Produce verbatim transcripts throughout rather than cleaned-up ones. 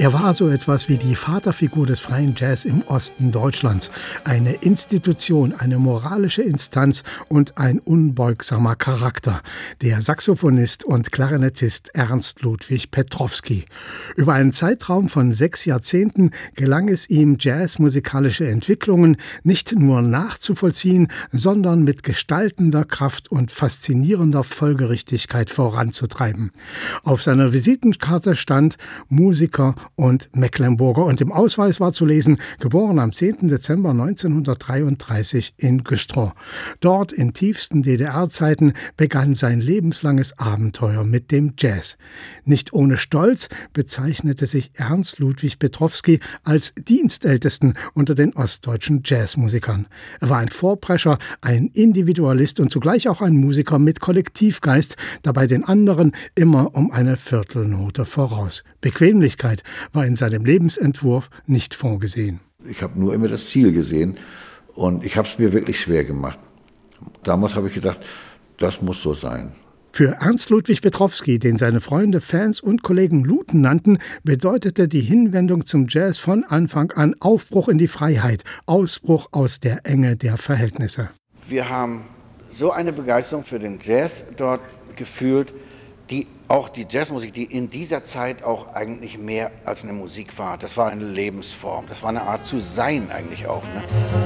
Er war so etwas wie die Vaterfigur des freien Jazz im Osten Deutschlands. Eine Institution, eine moralische Instanz und ein unbeugsamer Charakter. Der Saxophonist und Klarinettist Ernst Ludwig Petrowsky. Über einen Zeitraum von sechs Jahrzehnten gelang es ihm, jazzmusikalische Entwicklungen nicht nur nachzuvollziehen, sondern mit gestaltender Kraft und faszinierender Folgerichtigkeit voranzutreiben. Auf seiner Visitenkarte stand Musiker und Mecklenburger und im Ausweis war zu lesen, geboren am zehnten Dezember neunzehnhundertdreiunddreißig in Güstrow. Dort in tiefsten D D R-Zeiten begann sein lebenslanges Abenteuer mit dem Jazz. Nicht ohne Stolz bezeichnete sich Ernst Ludwig Petrowsky als Dienstältesten unter den ostdeutschen Jazzmusikern. Er war ein Vorprescher, ein Individualist und zugleich auch ein Musiker mit Kollektivgeist, dabei den anderen immer um eine Viertelnote voraus. Bequemlichkeit war in seinem Lebensentwurf nicht vorgesehen. Ich habe nur immer das Ziel gesehen und ich habe es mir wirklich schwer gemacht. Damals habe ich gedacht, das muss so sein. Für Ernst Ludwig Petrowsky, den seine Freunde, Fans und Kollegen Luten nannten, bedeutete die Hinwendung zum Jazz von Anfang an Aufbruch in die Freiheit, Ausbruch aus der Enge der Verhältnisse. Wir haben so eine Begeisterung für den Jazz dort gefühlt, die auch die Jazzmusik, die in dieser Zeit auch eigentlich mehr als eine Musik war. Das war eine Lebensform, das war eine Art zu sein eigentlich auch. Ne?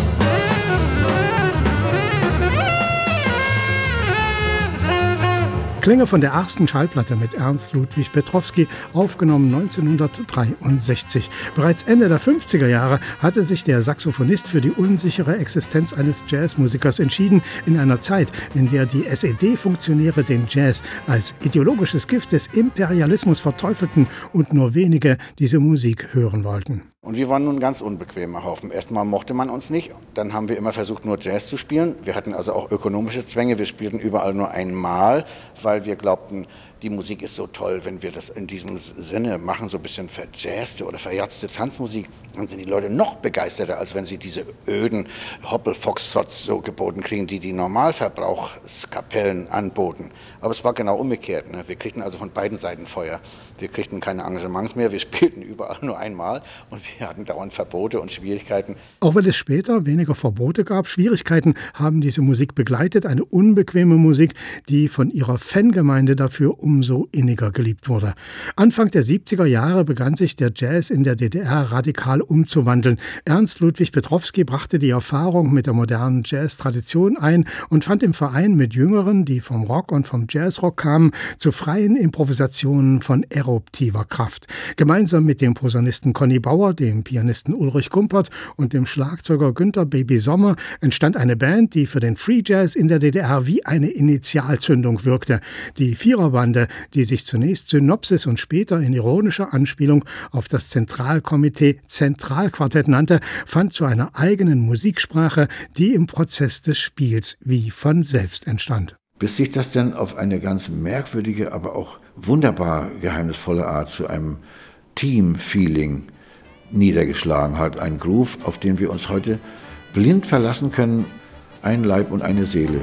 Klänge von der ersten Schallplatte mit Ernst Ludwig Petrowsky, aufgenommen neunzehnhundertdreiundsechzig. Bereits Ende der fünfziger Jahre hatte sich der Saxophonist für die unsichere Existenz eines Jazzmusikers entschieden, in einer Zeit, in der die S E D-Funktionäre den Jazz als ideologisches Gift des Imperialismus verteufelten und nur wenige diese Musik hören wollten. Und wir waren nun ein ganz unbequemer Haufen. Erstmal mochte man uns nicht, dann haben wir immer versucht, nur Jazz zu spielen. Wir hatten also auch ökonomische Zwänge, wir spielten überall nur einmal, weil wir glaubten, die Musik ist so toll, wenn wir das in diesem Sinne machen, so ein bisschen verjazzte oder verjatzte Tanzmusik, dann sind die Leute noch begeisterter, als wenn sie diese öden Hoppel-Foxtrots so geboten kriegen, die die Normalverbrauchskapellen anboten. Aber es war genau umgekehrt. Ne? Wir kriegten also von beiden Seiten Feuer. Wir kriegten keine Engagements mehr, wir spielten überall nur einmal und wir hatten dauernd Verbote und Schwierigkeiten. Auch wenn es später weniger Verbote gab, Schwierigkeiten haben diese Musik begleitet. Eine unbequeme Musik, die von ihrer Fangemeinde dafür umso inniger geliebt wurde. Anfang der siebziger Jahre begann sich der Jazz in der D D R radikal umzuwandeln. Ernst Ludwig Petrowsky brachte die Erfahrung mit der modernen Jazz-Tradition ein und fand im Verein mit Jüngeren, die vom Rock und vom Jazzrock kamen, zu freien Improvisationen von eruptiver Kraft. Gemeinsam mit dem Posaunisten Conny Bauer, dem Pianisten Ulrich Gumpert und dem Schlagzeuger Günther Baby Sommer entstand eine Band, die für den Free Jazz in der D D R wie eine Initialzündung wirkte. Die Viererbande, die sich zunächst Synopsis und später in ironischer Anspielung auf das Zentralkomitee Zentralquartett nannte, fand zu einer eigenen Musiksprache, die im Prozess des Spiels wie von selbst entstand. Bis sich das dann auf eine ganz merkwürdige, aber auch wunderbar geheimnisvolle Art zu einem Team-Feeling niedergeschlagen hat. Ein Groove, auf den wir uns heute blind verlassen können, ein Leib und eine Seele.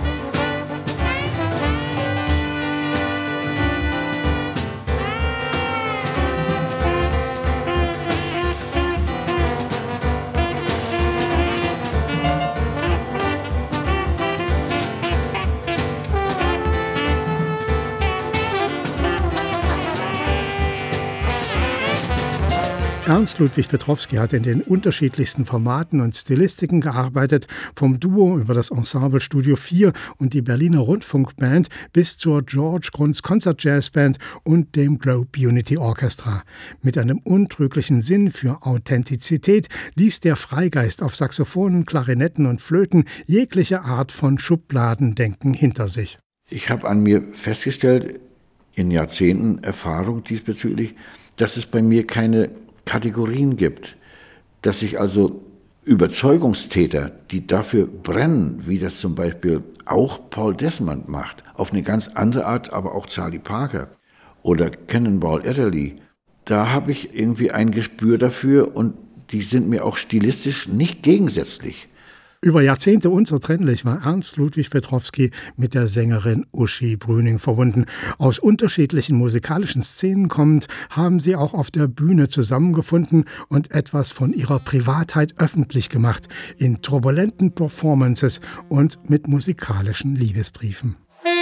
Ernst Ludwig Petrowsky hat in den unterschiedlichsten Formaten und Stilistiken gearbeitet, vom Duo über das Ensemble Studio vier und die Berliner Rundfunkband bis zur George Grunds Konzertjazzband und dem Globe Unity Orchestra. Mit einem untrüglichen Sinn für Authentizität ließ der Freigeist auf Saxophonen, Klarinetten und Flöten jegliche Art von Schubladendenken hinter sich. Ich habe an mir festgestellt, in Jahrzehnten Erfahrung diesbezüglich, dass es bei mir keine Kategorien gibt, dass sich also Überzeugungstäter, die dafür brennen, wie das zum Beispiel auch Paul Desmond macht, auf eine ganz andere Art, aber auch Charlie Parker oder Cannonball Adderley, da habe ich irgendwie ein Gespür dafür und die sind mir auch stilistisch nicht gegensätzlich, Über Jahrzehnte unzertrennlich war Ernst Ludwig Petrowsky mit der Sängerin Uschi Brüning verbunden. Aus unterschiedlichen musikalischen Szenen kommend, haben sie auch auf der Bühne zusammengefunden und etwas von ihrer Privatheit öffentlich gemacht, in turbulenten Performances und mit musikalischen Liebesbriefen.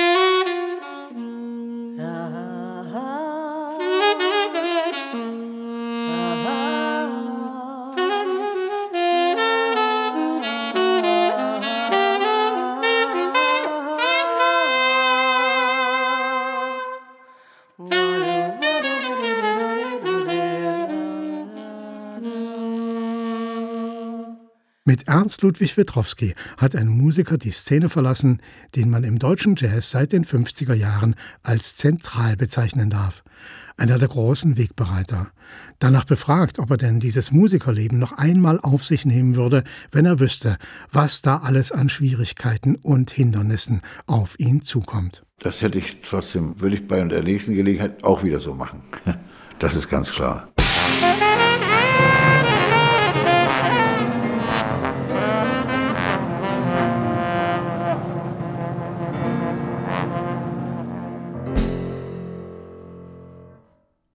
Mit Ernst Ludwig Petrowsky hat ein Musiker die Szene verlassen, den man im deutschen Jazz seit den fünfziger Jahren als zentral bezeichnen darf. Einer der großen Wegbereiter. Danach befragt, ob er denn dieses Musikerleben noch einmal auf sich nehmen würde, wenn er wüsste, was da alles an Schwierigkeiten und Hindernissen auf ihn zukommt. Das hätte ich trotzdem, würde ich bei der nächsten Gelegenheit auch wieder so machen. Das ist ganz klar.